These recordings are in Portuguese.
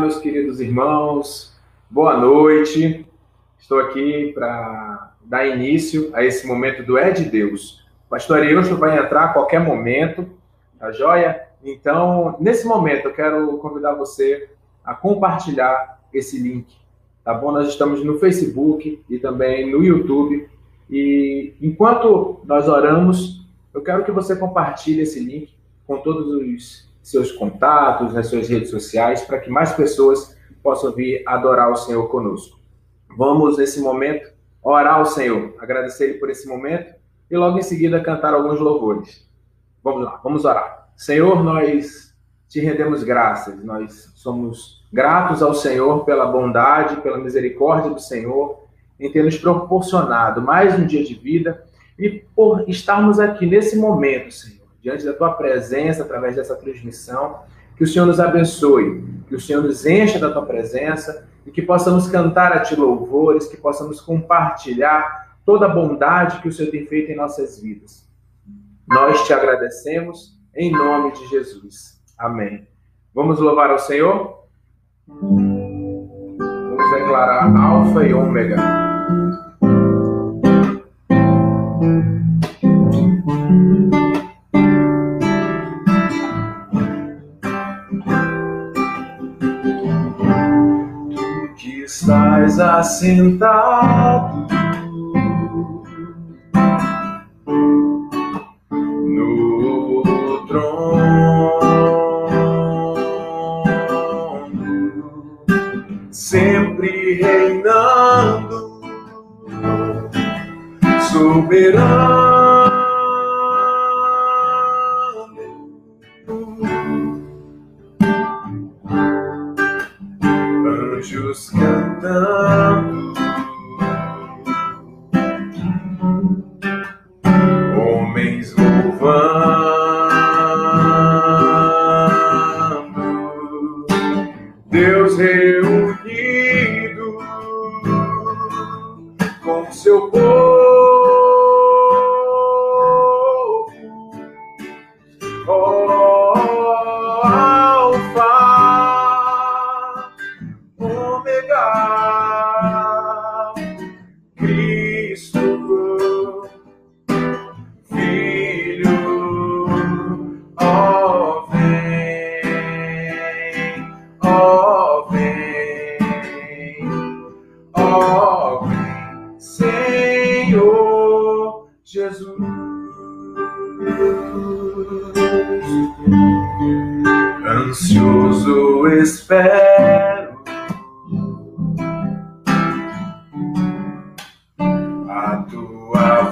meus queridos irmãos, boa noite. Estou aqui para dar início a esse momento do É de Deus. O pastor Arielson vai entrar a qualquer momento, tá joia? Então, nesse momento, eu quero convidar você a compartilhar esse link, tá bom? Nós estamos no Facebook e também no YouTube. E enquanto nós oramos, eu quero que você compartilhe esse link com todos os seus contatos, nas suas redes sociais, para que mais pessoas possam vir adorar o Senhor conosco. Vamos, nesse momento, orar ao Senhor, agradecer Ele por esse momento e logo em seguida cantar alguns louvores. Vamos lá, vamos orar. Senhor, nós te rendemos graças, nós somos gratos ao Senhor pela bondade, pela misericórdia do Senhor, em ter nos proporcionado mais um dia de vida e por estarmos aqui nesse momento, Senhor, diante da tua presença, através dessa transmissão, que o Senhor nos abençoe, que o Senhor nos encha da tua presença e que possamos cantar a ti louvores, que possamos compartilhar toda a bondade que o Senhor tem feito em nossas vidas. Nós te agradecemos em nome de Jesus. Amém. Vamos louvar ao Senhor? Vamos declarar Alfa e Ômega. Estás assentado no trono, sempre reinando, soberano, anjos cantando, homens louvando, Deus reunido com seu povo, oh, Alfa, Ômega, Cristo, Filho, ó vem, ó vem, ó vem, Senhor Jesus. Ansioso espero a tua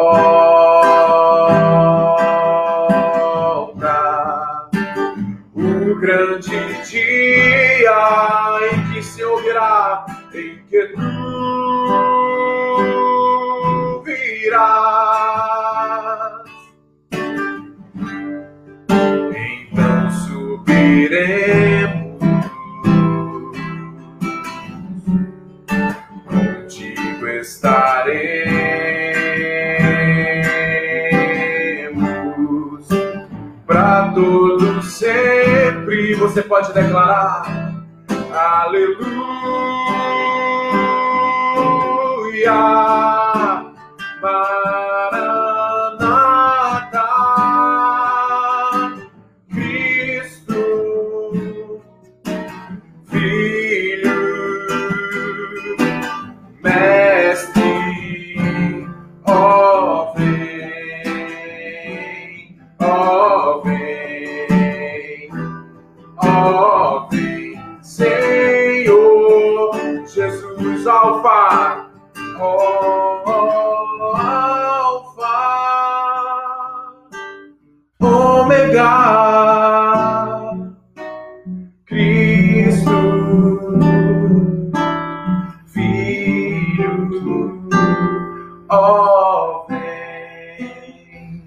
volta, o grande dia em que se ouvirá, em que tu virás. Então subiremos, contigo estaremos para todo sempre. Você pode declarar aleluia, Maranata, Cristo, Filho, Mestre, ó vem, ó vem, ó vem, Senhor Jesus. Alfa, oh, Alfa, Ômega, Cristo, Filho, ó vem,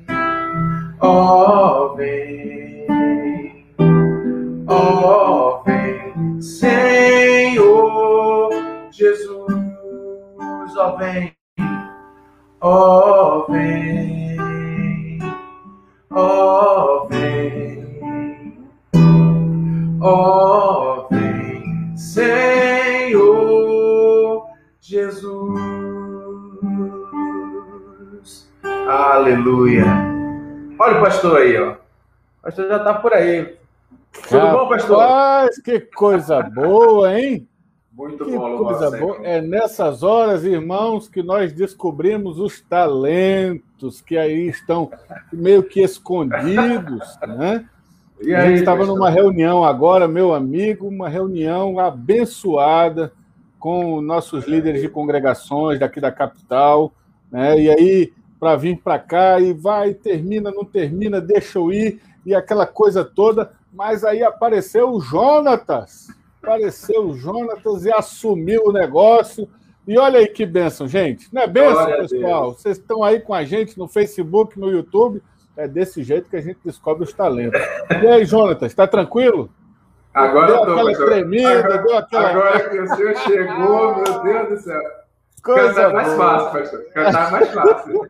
ó vem, ó vem, Senhor Jesus. Ó vem, ó vem, ó vem, ó vem, Deus. Aleluia. Olha o pastor aí, ó. O pastor já está por aí. Tudo bom, pastor? Rapaz, que coisa boa, hein? Muito que bom, coisa boa. É nessas horas, irmãos, que nós descobrimos os talentos que aí estão meio que escondidos, né? E a aí, gente estava pastor? numa reunião agora, meu amigo, uma reunião abençoada com nossos líderes de congregações daqui da capital, né? E aí, para vir para cá, e vai, termina, não termina, deixa eu ir, e aquela coisa toda, mas aí apareceu o Jonatas e assumiu o negócio. E olha aí que bênção, gente. Não é bênção, pessoal? Vocês estão aí com a gente no Facebook, no YouTube. É desse jeito que a gente descobre os talentos. E aí, Jonatas, está tranquilo? Agora deu aquela tremida, deu aquela... Agora que o senhor chegou, meu Deus do céu. Coisa mais fácil, pastor. Cantar mais fácil.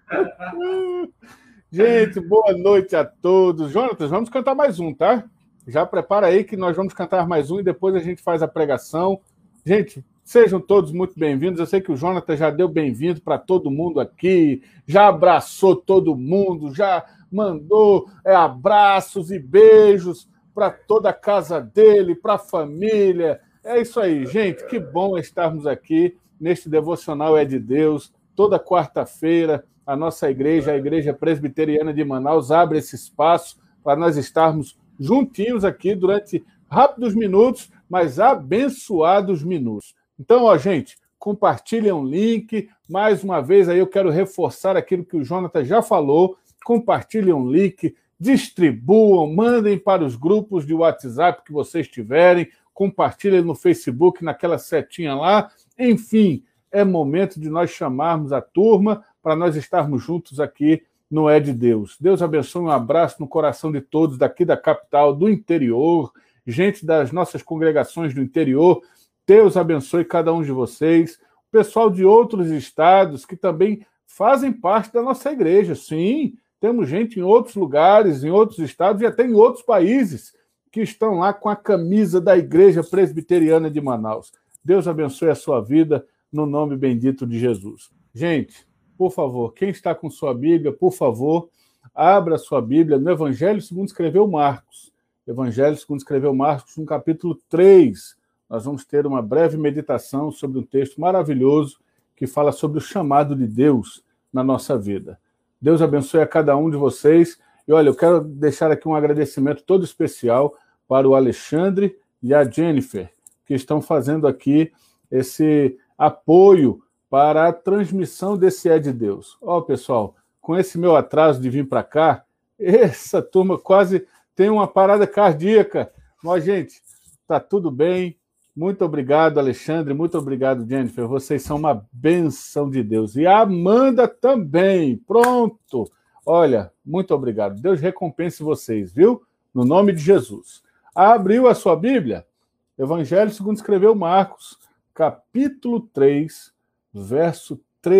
Gente, boa noite a todos. Jonatas, vamos cantar mais um, tá? Já prepara aí que nós vamos cantar mais um e depois a gente faz a pregação. Gente, sejam todos muito bem-vindos. Eu sei que o Jonatas já deu bem-vindo para todo mundo aqui, já abraçou todo mundo, já mandou abraços e beijos para toda a casa dele, para a família. É isso aí, gente. Que bom estarmos aqui neste Devocional é de Deus. Toda quarta-feira, a nossa igreja, a Igreja Presbiteriana de Manaus, abre esse espaço para nós estarmos juntinhos aqui durante rápidos minutos, mas abençoados minutos. Então, ó, gente, compartilhem um link. Mais uma vez, aí eu quero reforçar aquilo que o Jonatas já falou. Compartilhem um link, distribuam, mandem para os grupos de WhatsApp que vocês tiverem, compartilhem no Facebook, naquela setinha lá. Enfim, é momento de nós chamarmos a turma para nós estarmos juntos aqui no É de Deus. Deus abençoe, um abraço no coração de todos daqui da capital, do interior, gente das nossas congregações do interior. Deus abençoe cada um de vocês. O pessoal de outros estados que também fazem parte da nossa igreja. Sim, temos gente em outros lugares, em outros estados e até em outros países que estão lá com a camisa da Igreja Presbiteriana de Manaus. Deus abençoe a sua vida no nome bendito de Jesus. Gente, por favor, quem está com sua Bíblia, por favor, abra sua Bíblia no Evangelho segundo escreveu Marcos. Evangelho segundo escreveu Marcos, no capítulo 3. Nós vamos ter uma breve meditação sobre um texto maravilhoso que fala sobre o chamado de Deus na nossa vida. Deus abençoe a cada um de vocês. E olha, eu quero deixar aqui um agradecimento todo especial para o Alexandre e a Jennifer, que estão fazendo aqui esse apoio para a transmissão desse É de Deus. Ó, pessoal, com esse meu atraso de vir para cá, essa turma quase tem uma parada cardíaca. Mas, gente, tá tudo bem. Muito obrigado, Alexandre. Muito obrigado, Jennifer. Vocês são uma bênção de Deus. E a Amanda também. Pronto. Olha, muito obrigado. Deus recompense vocês, viu? No nome de Jesus. Abriu a sua Bíblia? Evangelho segundo escreveu Marcos, capítulo 3, verso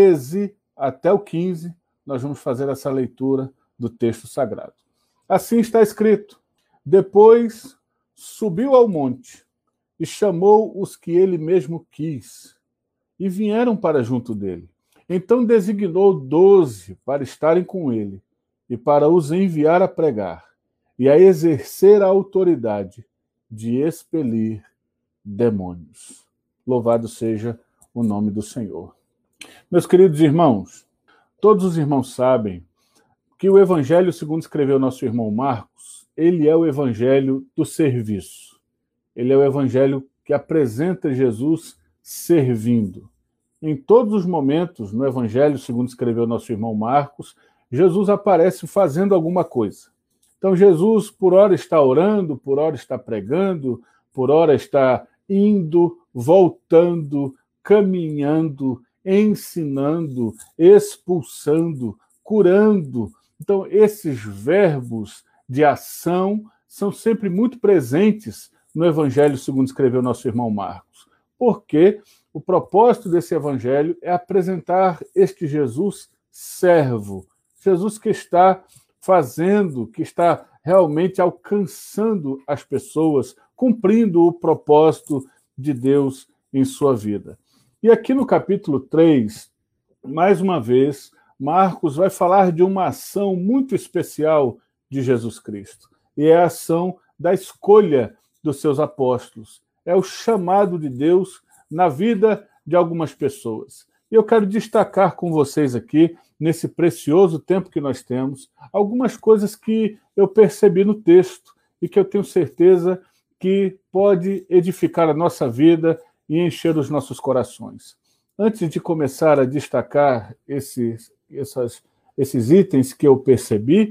13 até o 15. Nós vamos fazer essa leitura do texto sagrado. Assim está escrito: depois subiu ao monte e chamou os que ele mesmo quis, e vieram para junto dele. Então designou 12 para estarem com ele, e para os enviar a pregar, e a exercer a autoridade de expelir demônios. Louvado seja o nome do Senhor. Meus queridos irmãos, todos os irmãos sabem que o Evangelho, segundo escreveu nosso irmão Marcos, ele é o Evangelho do serviço. Ele é o Evangelho que apresenta Jesus servindo. Em todos os momentos, no Evangelho, segundo escreveu nosso irmão Marcos, Jesus aparece fazendo alguma coisa. Então, Jesus, por hora, está orando, por hora está pregando, por hora está indo, voltando, caminhando, ensinando, expulsando, curando. Então, esses verbos de ação são sempre muito presentes no Evangelho, segundo escreveu nosso irmão Marcos, porque o propósito desse Evangelho é apresentar este Jesus servo, Jesus que está fazendo, que está realmente alcançando as pessoas, cumprindo o propósito de Deus em sua vida. E aqui no capítulo 3, mais uma vez, Marcos vai falar de uma ação muito especial de Jesus Cristo. E é a ação da escolha dos seus apóstolos. É o chamado de Deus na vida de algumas pessoas. E eu quero destacar com vocês aqui, nesse precioso tempo que nós temos, algumas coisas que eu percebi no texto e que eu tenho certeza que pode edificar a nossa vida e encher os nossos corações. Antes de começar a destacar esses itens que eu percebi,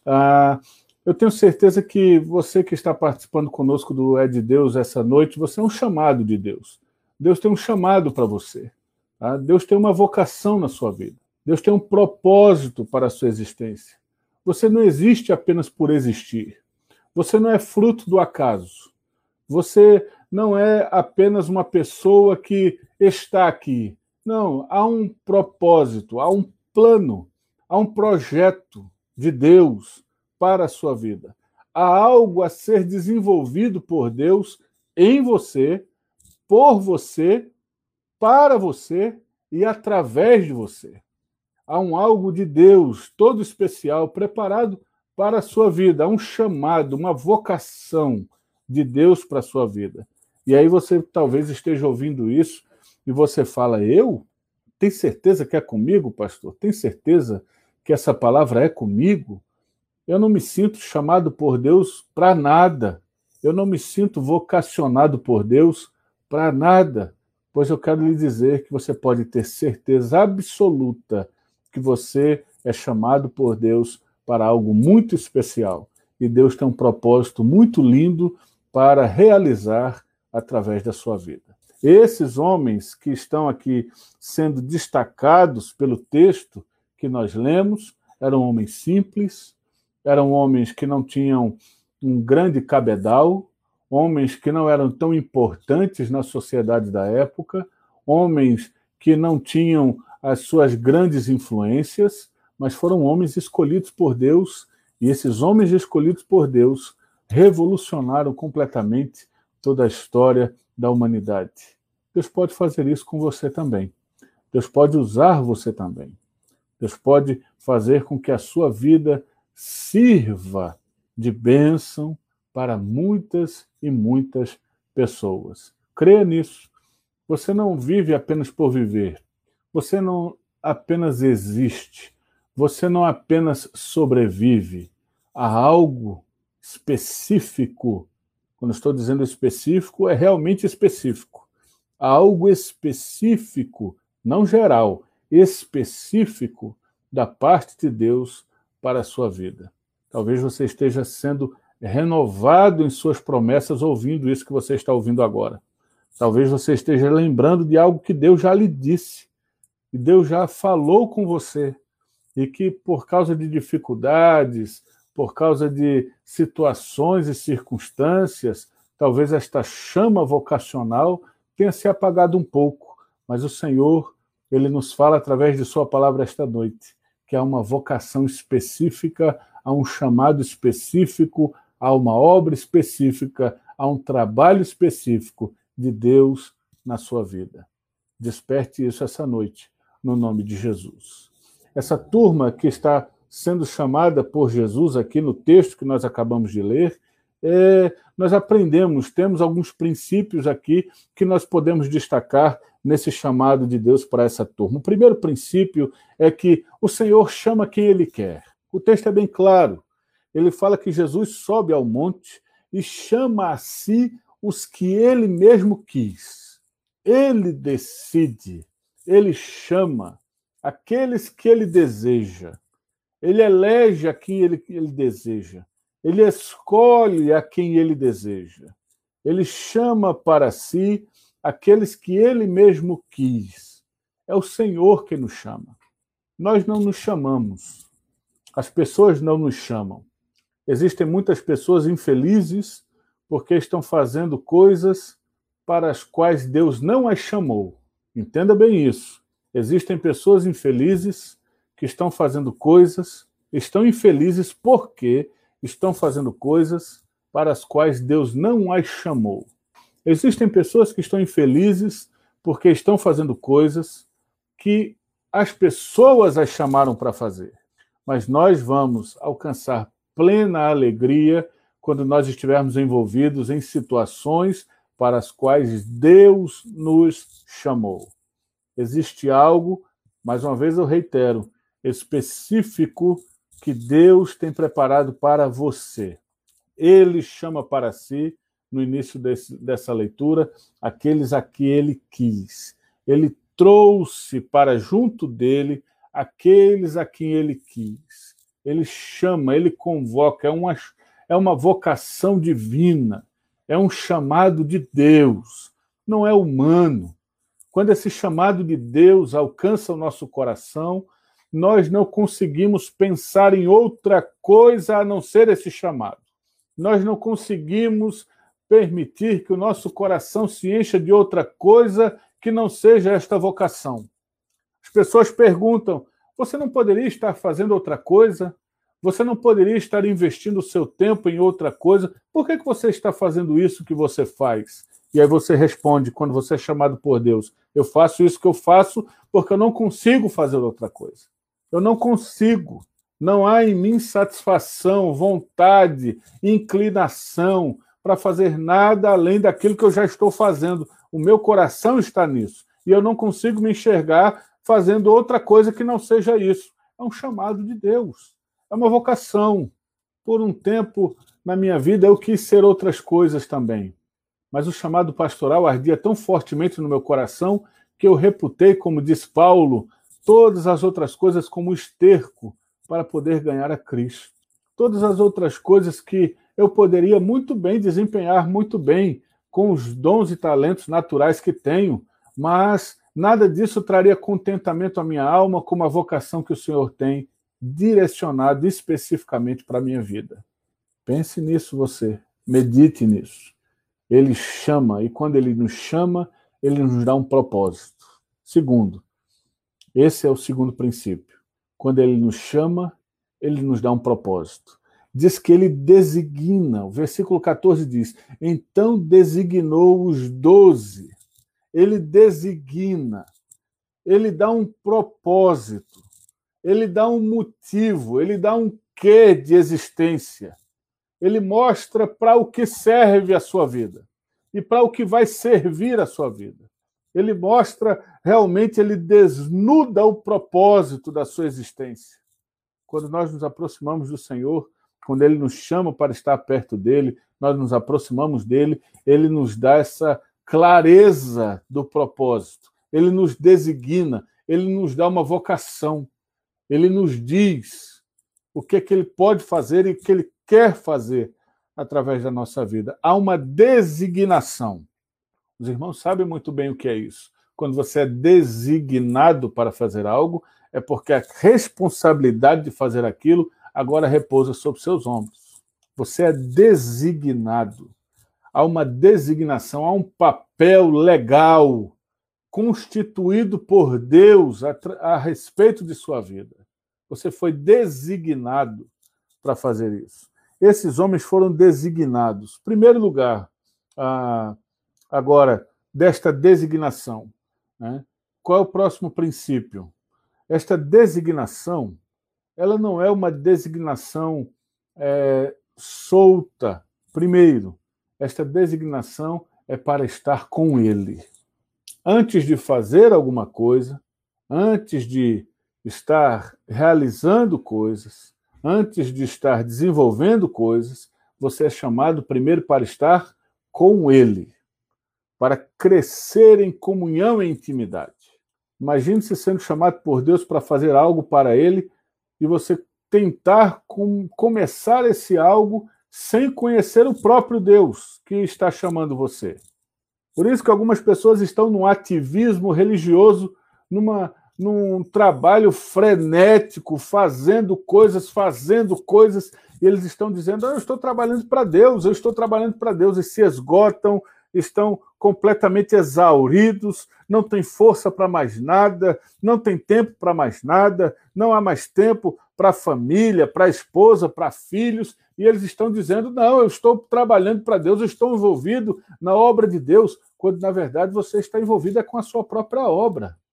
eu tenho certeza que você que está participando conosco do É de Deus essa noite, você é um chamado de Deus. Deus tem um chamado para você. Tá? Deus tem uma vocação na sua vida. Deus tem um propósito para a sua existência. Você não existe apenas por existir. Você não é fruto do acaso. Você não é apenas uma pessoa que está aqui. Não, há um propósito, há um plano, há um projeto de Deus para a sua vida. Há algo a ser desenvolvido por Deus em você, por você, para você e através de você. Há um algo de Deus todo especial preparado para a sua vida. Há um chamado, uma vocação de Deus para a sua vida. E aí você talvez esteja ouvindo isso e você fala, eu? Tem certeza que é comigo, pastor? Tem certeza que essa palavra é comigo? Eu não me sinto chamado por Deus para nada. Eu não me sinto vocacionado por Deus para nada. Pois eu quero lhe dizer que você pode ter certeza absoluta que você é chamado por Deus para algo muito especial. E Deus tem um propósito muito lindo para realizar através da sua vida. Esses homens que estão aqui sendo destacados pelo texto que nós lemos, eram homens simples, eram homens que não tinham um grande cabedal, homens que não eram tão importantes na sociedade da época, homens que não tinham as suas grandes influências, mas foram homens escolhidos por Deus, e esses homens escolhidos por Deus revolucionaram completamente toda a história da humanidade. Deus pode fazer isso com você também. Deus pode usar você também. Deus pode fazer com que a sua vida sirva de bênção para muitas e muitas pessoas. Creia nisso. Você não vive apenas por viver. Você não apenas existe. Você não apenas sobrevive. Há algo específico. Quando estou dizendo específico, é realmente específico. Há algo específico, não geral, específico da parte de Deus para a sua vida. Talvez você esteja sendo renovado em suas promessas ouvindo isso que você está ouvindo agora. Talvez você esteja lembrando de algo que Deus já lhe disse, e Deus já falou com você, e que por causa de dificuldades, por causa de situações e circunstâncias, talvez esta chama vocacional tenha se apagado um pouco, mas o Senhor, Ele nos fala através de sua palavra esta noite, que há uma vocação específica, há um chamado específico, há uma obra específica, há um trabalho específico de Deus na sua vida. Desperte isso essa noite, no nome de Jesus. Essa turma que está sendo chamada por Jesus aqui no texto que nós acabamos de ler, nós aprendemos, temos alguns princípios aqui que nós podemos destacar nesse chamado de Deus para essa turma. O primeiro princípio é que o Senhor chama quem Ele quer. O texto é bem claro. Ele fala que Jesus sobe ao monte e chama a si os que Ele mesmo quis. Ele decide, Ele chama aqueles que Ele deseja. Ele elege a quem ele deseja. Ele escolhe a quem Ele deseja. Ele chama para si aqueles que Ele mesmo quis. É o Senhor que nos chama. Nós não nos chamamos. As pessoas não nos chamam. Existem muitas pessoas infelizes porque estão fazendo coisas para as quais Deus não as chamou. Entenda bem isso. Existem pessoas infelizes que estão fazendo coisas, estão infelizes porque estão fazendo coisas para as quais Deus não as chamou. Existem pessoas que estão infelizes porque estão fazendo coisas que as pessoas as chamaram para fazer. Mas nós vamos alcançar plena alegria quando nós estivermos envolvidos em situações para as quais Deus nos chamou. Existe algo, mais uma vez eu reitero, específico que Deus tem preparado para você. Ele chama para si, no início dessa leitura, aqueles a que ele quis. Ele trouxe para junto dele aqueles a quem ele quis. Ele chama, ele convoca, é uma vocação divina, é um chamado de Deus, não é humano. Quando esse chamado de Deus alcança o nosso coração, nós não conseguimos pensar em outra coisa a não ser esse chamado. Nós não conseguimos permitir que o nosso coração se encha de outra coisa que não seja esta vocação. As pessoas perguntam, você não poderia estar fazendo outra coisa? Você não poderia estar investindo o seu tempo em outra coisa? Por que você está fazendo isso que você faz? E aí você responde, quando você é chamado por Deus, eu faço isso que eu faço porque eu não consigo fazer outra coisa. Eu não consigo. Não há em mim satisfação, vontade, inclinação para fazer nada além daquilo que eu já estou fazendo. O meu coração está nisso. E eu não consigo me enxergar fazendo outra coisa que não seja isso. É um chamado de Deus. É uma vocação. Por um tempo na minha vida eu quis ser outras coisas também. Mas o chamado pastoral ardia tão fortemente no meu coração que eu reputei, como diz Paulo, todas as outras coisas como esterco para poder ganhar a Cristo. Todas as outras coisas que eu poderia muito bem desempenhar muito bem com os dons e talentos naturais que tenho, mas nada disso traria contentamento à minha alma como a vocação que o Senhor tem direcionado especificamente para a minha vida. Pense nisso você, medite nisso. Ele chama, e quando ele nos chama, ele nos dá um propósito. Segundo, esse é o segundo princípio. Quando ele nos chama, ele nos dá um propósito. Diz que ele designa, o versículo 14 diz, então designou os 12. Ele designa, ele dá um propósito, ele dá um motivo, ele dá um quê de existência. Ele mostra para o que serve a sua vida e para o que vai servir a sua vida. Ele mostra, realmente, ele desnuda o propósito da sua existência. Quando nós nos aproximamos do Senhor, quando ele nos chama para estar perto dele, nós nos aproximamos dele, ele nos dá essa clareza do propósito. Ele nos designa, ele nos dá uma vocação. Ele nos diz o que é que ele pode fazer e o que ele quer fazer através da nossa vida. Há uma designação. Os irmãos sabem muito bem o que é isso. Quando você é designado para fazer algo, é porque a responsabilidade de fazer aquilo agora repousa sobre seus ombros. Você é designado. Há uma designação, há um papel legal constituído por Deus a respeito de sua vida. Você foi designado para fazer isso. Esses homens foram designados. Primeiro lugar, agora, desta designação, né? Qual é o próximo princípio? Esta designação, ela não é uma designação solta. Primeiro, esta designação é para estar com ele. Antes de fazer alguma coisa, antes de estar realizando coisas, antes de estar desenvolvendo coisas, você é chamado primeiro para estar com ele, para crescer em comunhão e intimidade. Imagine-se sendo chamado por Deus para fazer algo para ele e você tentar começar esse algo sem conhecer o próprio Deus que está chamando você. Por isso que algumas pessoas estão num ativismo religioso, num trabalho frenético, fazendo coisas, e eles estão dizendo, eu estou trabalhando para Deus, e se esgotam, estão completamente exauridos, não tem força para mais nada, não tem tempo para mais nada, não há mais tempo para a família, para a esposa, para filhos, e eles estão dizendo, não, eu estou trabalhando para Deus, eu estou envolvido na obra de Deus, quando, na verdade, você está envolvido com a sua própria obra.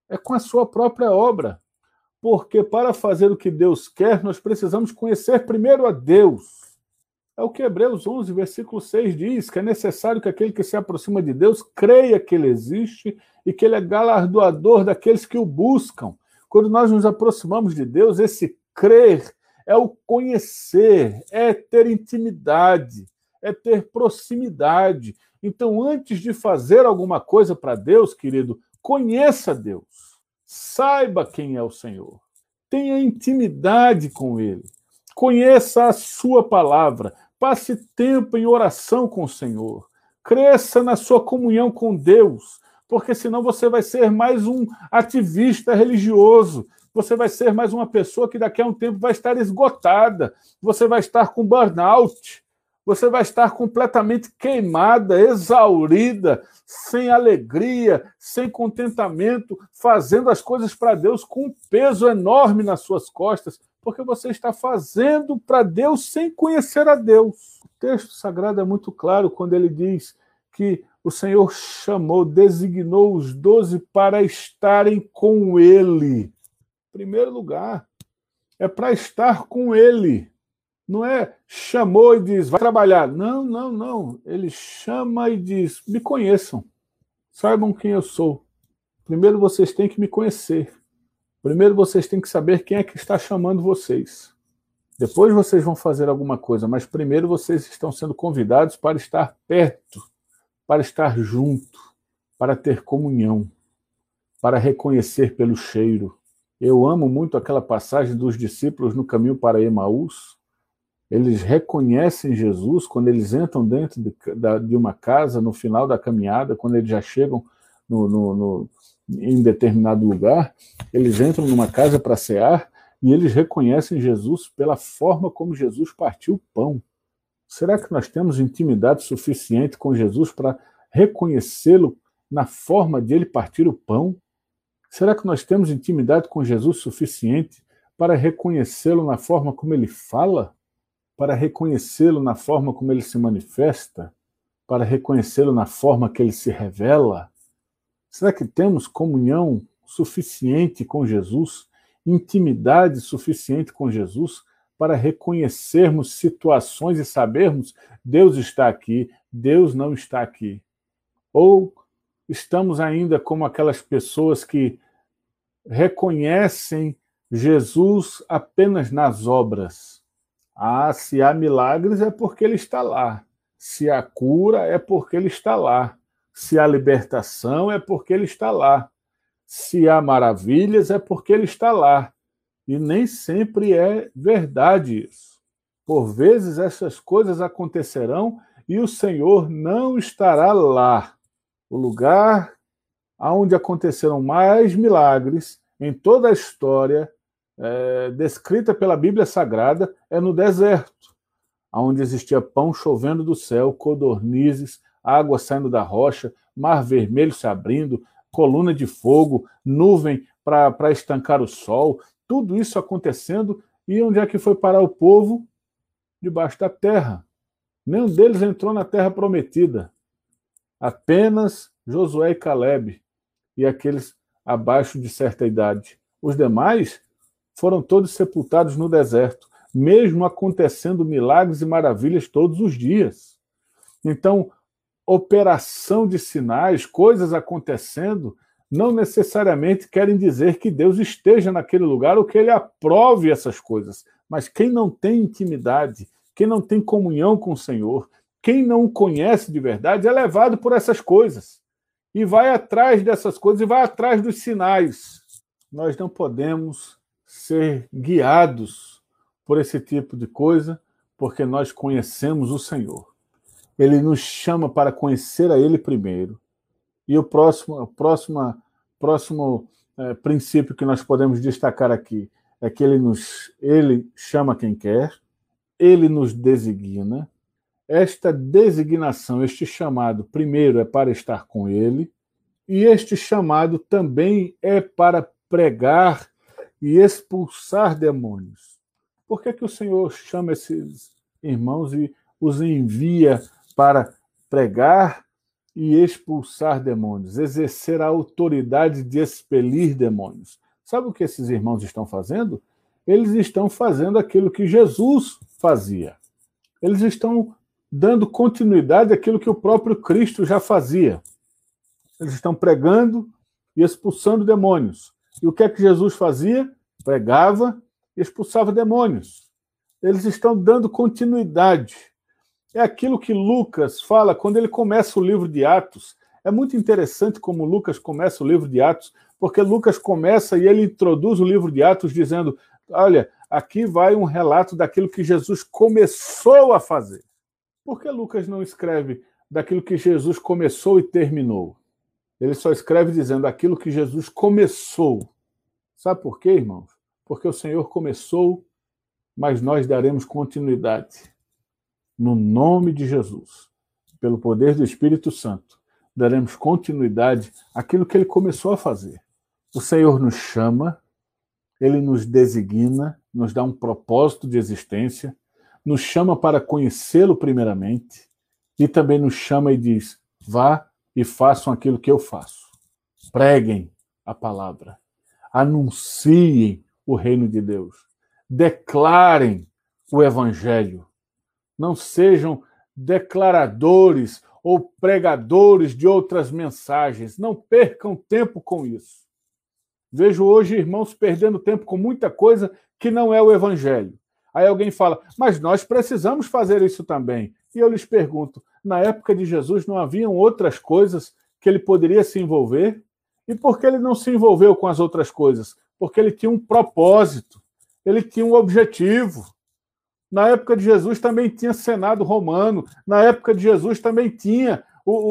é com a sua própria obra. Porque para fazer o que Deus quer, nós precisamos conhecer primeiro a Deus. É o que Hebreus 11, versículo 6 diz, que é necessário que aquele que se aproxima de Deus creia que ele existe e que ele é galardoador daqueles que o buscam. Quando nós nos aproximamos de Deus, esse crer é o conhecer, é ter intimidade, é ter proximidade. Então, antes de fazer alguma coisa para Deus, querido, conheça Deus. Saiba quem é o Senhor. Tenha intimidade com Ele. Conheça a sua palavra. Passe tempo em oração com o Senhor. Cresça na sua comunhão com Deus, porque senão você vai ser mais um ativista religioso. Você vai ser mais uma pessoa que daqui a um tempo vai estar esgotada. Você vai estar com burnout. Você vai estar completamente queimada, exaurida, sem alegria, sem contentamento, fazendo as coisas para Deus com um peso enorme nas suas costas, porque você está fazendo para Deus sem conhecer a Deus. O texto sagrado é muito claro quando ele diz que o Senhor chamou, designou os 12 para estarem com Ele. Em primeiro lugar, é para estar com Ele. Não é chamou e diz, vai trabalhar. Não, não, não. Ele chama e diz, me conheçam. Saibam quem eu sou. Primeiro vocês têm que me conhecer. Primeiro vocês têm que saber quem é que está chamando vocês. Depois vocês vão fazer alguma coisa, mas primeiro vocês estão sendo convidados para estar perto, para estar junto, para ter comunhão, para reconhecer pelo cheiro. Eu amo muito aquela passagem dos discípulos no caminho para Emaús. Eles reconhecem Jesus quando eles entram dentro de uma casa, no final da caminhada, quando eles já chegam em determinado lugar, eles entram numa casa para cear e eles reconhecem Jesus pela forma como Jesus partiu o pão. Será que nós temos intimidade suficiente com Jesus para reconhecê-lo na forma de ele partir o pão? Será que nós temos intimidade com Jesus suficiente para reconhecê-lo na forma como ele fala? Para reconhecê-lo na forma como ele se manifesta? Para reconhecê-lo na forma que ele se revela? Será que temos comunhão suficiente com Jesus? Intimidade suficiente com Jesus para reconhecermos situações e sabermos Deus está aqui, Deus não está aqui? Ou estamos ainda como aquelas pessoas que reconhecem Jesus apenas nas obras? Ah, se há milagres é porque ele está lá. Se há cura é porque ele está lá. Se há libertação é porque ele está lá. Se há maravilhas é porque ele está lá. E nem sempre é verdade isso. Por vezes essas coisas acontecerão e o Senhor não estará lá. O lugar onde aconteceram mais milagres em toda a história descrita pela Bíblia Sagrada é no deserto, onde existia pão chovendo do céu, codornizes, água saindo da rocha, mar vermelho se abrindo, coluna de fogo, nuvem para estancar o sol, tudo isso acontecendo. E onde é que foi parar o povo? Debaixo da terra. Nenhum deles entrou na terra prometida. Apenas Josué e Caleb e aqueles abaixo de certa idade. Os demais foram todos sepultados no deserto, mesmo acontecendo milagres e maravilhas todos os dias. Então, operação de sinais, coisas acontecendo, não necessariamente querem dizer que Deus esteja naquele lugar ou que ele aprove essas coisas. Mas quem não tem intimidade, quem não tem comunhão com o Senhor, quem não o conhece de verdade, é levado por essas coisas. E vai atrás dessas coisas, e vai atrás dos sinais. Nós não podemos ser guiados por esse tipo de coisa, porque nós conhecemos o Senhor. Ele nos chama para conhecer a Ele primeiro. E o próximo princípio que nós podemos destacar aqui é que ele chama quem quer, ele nos designa. Esta designação, este chamado, primeiro é para estar com Ele, e este chamado também é para pregar e expulsar demônios. Por que o Senhor chama esses irmãos e os envia para pregar e expulsar demônios, exercer a autoridade de expelir demônios. Sabe o que esses irmãos estão fazendo? Eles estão fazendo aquilo que Jesus fazia. Eles estão dando continuidade àquilo que o próprio Cristo já fazia. Eles estão pregando e expulsando demônios. E o que é que Jesus fazia? Pregava e expulsava demônios. Eles estão dando continuidade. É aquilo que Lucas fala quando ele começa o livro de Atos. É muito interessante como Lucas começa o livro de Atos, porque Lucas começa e ele introduz o livro de Atos dizendo, olha, aqui vai um relato daquilo que Jesus começou a fazer. Por que Lucas não escreve daquilo que Jesus começou e terminou? Ele só escreve dizendo aquilo que Jesus começou. Sabe por quê, irmãos? Porque o Senhor começou, mas nós daremos continuidade. No nome de Jesus, pelo poder do Espírito Santo, daremos continuidade àquilo que ele começou a fazer. O Senhor nos chama, ele nos designa, nos dá um propósito de existência, nos chama para conhecê-lo primeiramente e também nos chama e diz, vá e façam aquilo que eu faço. Preguem a palavra, anunciem o reino de Deus, declarem o evangelho. Não sejam declaradores ou pregadores de outras mensagens. Não percam tempo com isso. Vejo hoje irmãos perdendo tempo com muita coisa que não é o evangelho. Aí alguém fala, mas nós precisamos fazer isso também. E eu lhes pergunto, na época de Jesus não haviam outras coisas que ele poderia se envolver? E por que ele não se envolveu com as outras coisas? Porque ele tinha um propósito, ele tinha um objetivo. Na época de Jesus também tinha Senado romano, na época de Jesus também tinha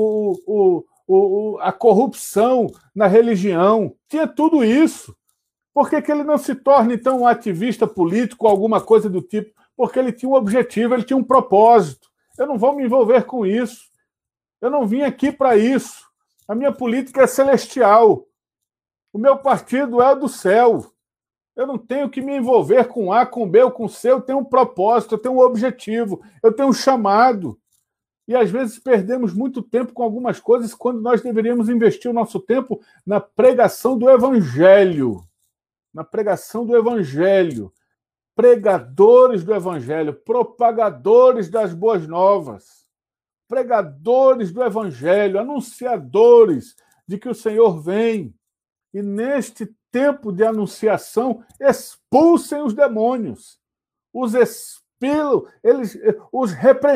a corrupção na religião, tinha tudo isso. Por que ele não se torna, então, um ativista político, alguma coisa do tipo? Porque ele tinha um objetivo, ele tinha um propósito. Eu não vou me envolver com isso. Eu não vim aqui para isso. A minha política é celestial. O meu partido é do céu. Eu não tenho que me envolver com A, com B ou com C, eu tenho um propósito, eu tenho um objetivo, eu tenho um chamado. E às vezes perdemos muito tempo com algumas coisas quando nós deveríamos investir o nosso tempo na pregação do Evangelho. Na pregação do Evangelho. Pregadores do Evangelho, propagadores das boas novas. Pregadores do Evangelho, anunciadores de que o Senhor vem. E neste tempo de anunciação, expulsem os demônios, os expilam, eles os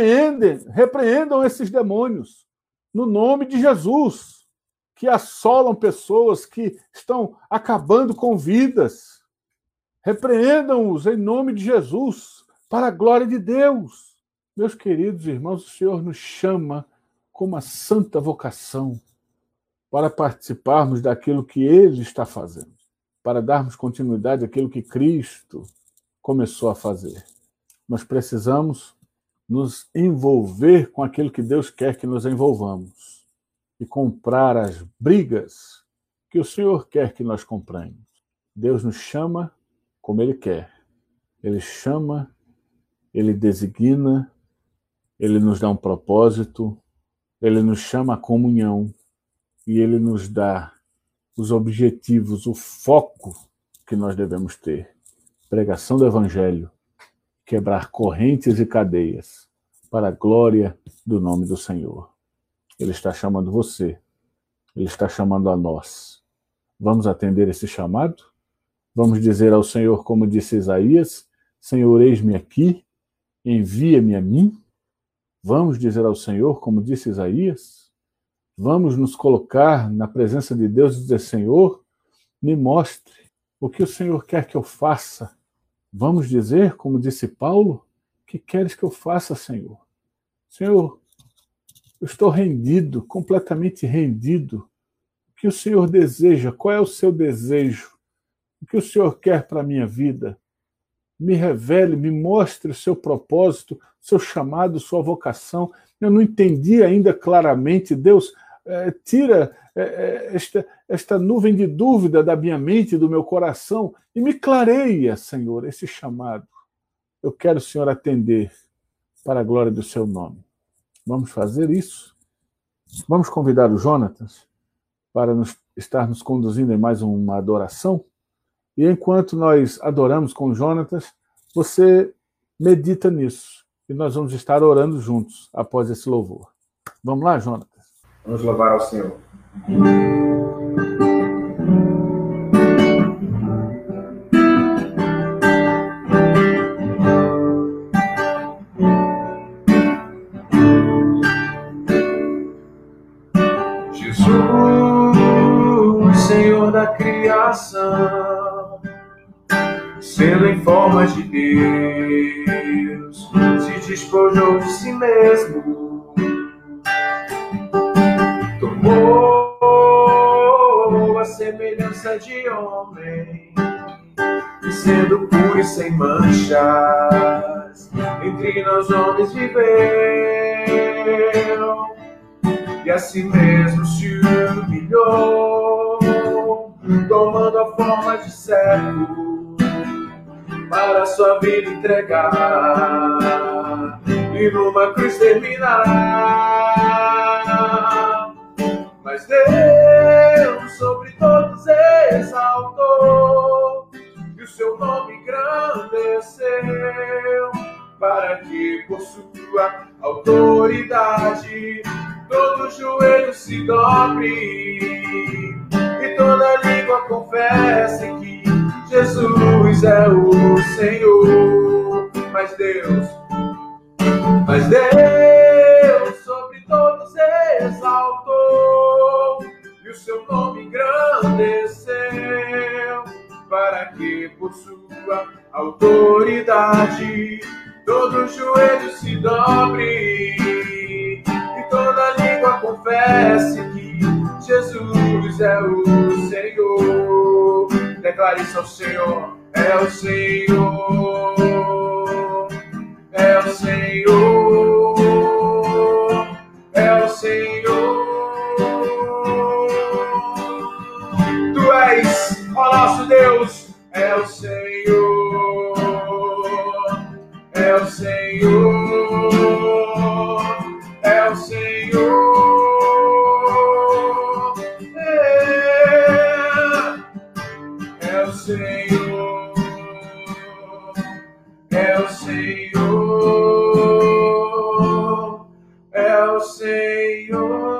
repreendam esses demônios, no nome de Jesus, que assolam pessoas, que estão acabando com vidas. Repreendam-os em nome de Jesus, para a glória de Deus. Meus queridos irmãos, o Senhor nos chama com uma santa vocação para participarmos daquilo que Ele está fazendo, para darmos continuidade àquilo que Cristo começou a fazer. Nós precisamos nos envolver com aquilo que Deus quer que nos envolvamos e comprar as brigas que o Senhor quer que nós compremos. Deus nos chama como Ele quer. Ele chama, Ele designa, Ele nos dá um propósito, Ele nos chama à comunhão e Ele nos dá os objetivos, o foco que nós devemos ter. Pregação do Evangelho, quebrar correntes e cadeias para a glória do nome do Senhor. Ele está chamando você, Ele está chamando a nós. Vamos atender esse chamado? Vamos dizer ao Senhor, como disse Isaías, Senhor, eis-me aqui, envia-me a mim? Vamos dizer ao Senhor, como disse Isaías? Vamos nos colocar na presença de Deus e dizer, Senhor, me mostre o que o Senhor quer que eu faça. Vamos dizer, como disse Paulo, o que queres que eu faça, Senhor? Senhor, eu estou rendido, completamente rendido. O que o Senhor deseja? Qual é o seu desejo? O que o Senhor quer para a minha vida? Me revele, me mostre o seu propósito, seu chamado, sua vocação. Eu não entendi ainda claramente. Deus, tira esta nuvem de dúvida da minha mente, do meu coração, e me clareia, Senhor, esse chamado. Eu quero, Senhor, atender para a glória do seu nome. Vamos fazer isso? Vamos convidar o Jonatas para estar nos conduzindo em mais uma adoração. E enquanto nós adoramos com o Jonatas, você medita nisso. E nós vamos estar orando juntos após esse louvor. Vamos lá, Jonatas? Vamos louvar ao Senhor. Senhor da criação, sendo em forma de Deus, se despojou de si mesmo, tomou a semelhança de homem, e sendo puro e sem manchas, entre nós homens viveu, e a si mesmo se humilhou, tomando a forma de servo, para a sua vida entregar, e numa cruz terminar. Mas Deus sobre todos exaltou, e o seu nome engrandeceu, para que por sua autoridade todo joelho se dobre e toda língua confesse que Jesus é o Senhor. Mas Deus sobre todos exaltou, e o seu nome engrandeceu, para que por sua autoridade todo joelho se dobre e toda língua confesse que Jesus é o Senhor. Declare isso ao Senhor. É o Senhor, é o Senhor, é o Senhor. Tu és o nosso Deus, é o Senhor, é o Senhor, é o Senhor. É o Senhor, é o Senhor, é o Senhor.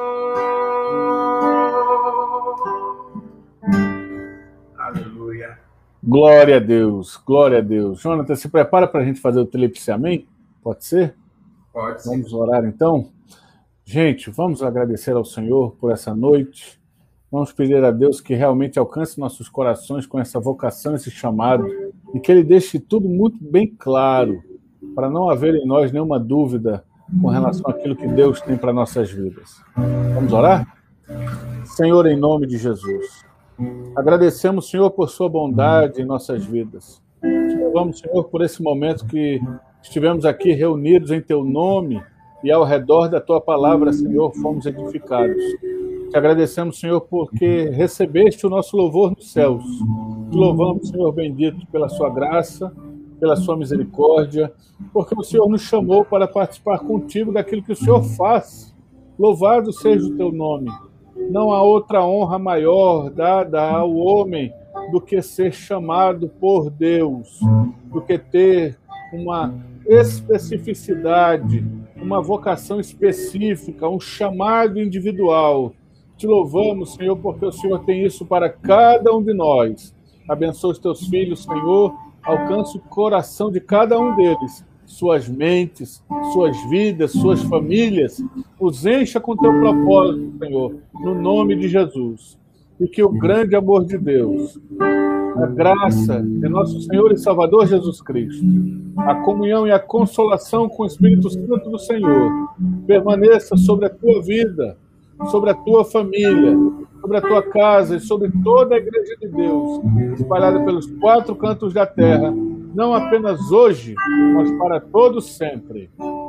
Aleluia. Glória a Deus, glória a Deus. Jonatas, se prepara para a gente fazer o tríplice amém? Pode ser? Pode ser. Vamos orar então? Gente, vamos agradecer ao Senhor por essa noite. Vamos pedir a Deus que realmente alcance nossos corações com essa vocação, esse chamado, e que Ele deixe tudo muito bem claro, para não haver em nós nenhuma dúvida com relação àquilo que Deus tem para nossas vidas. Vamos orar? Senhor, em nome de Jesus, agradecemos, Senhor, por sua bondade em nossas vidas. Te louvamos, Senhor, por esse momento que estivemos aqui reunidos em Teu nome e ao redor da Tua palavra, Senhor, fomos edificados. Te agradecemos, Senhor, porque recebeste o nosso louvor nos céus. Te louvamos, Senhor bendito, pela sua graça, pela sua misericórdia, porque o Senhor nos chamou para participar contigo daquilo que o Senhor faz. Louvado seja o teu nome. Não há outra honra maior dada ao homem do que ser chamado por Deus, do que ter uma especificidade, uma vocação específica, um chamado individual. Te louvamos, Senhor, porque o Senhor tem isso para cada um de nós. Abençoa os teus filhos, Senhor, alcance o coração de cada um deles, suas mentes, suas vidas, suas famílias, os encha com teu propósito, Senhor, no nome de Jesus. E que o grande amor de Deus, a graça de nosso Senhor e Salvador Jesus Cristo, a comunhão e a consolação com o Espírito Santo do Senhor, permaneça sobre a tua vida, sobre a tua família, sobre a tua casa e sobre toda a Igreja de Deus, espalhada pelos 4 cantos da terra, não apenas hoje, mas para todos sempre.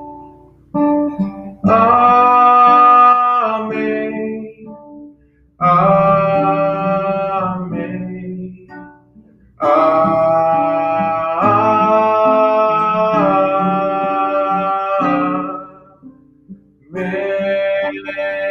Amém. Amém. Amém.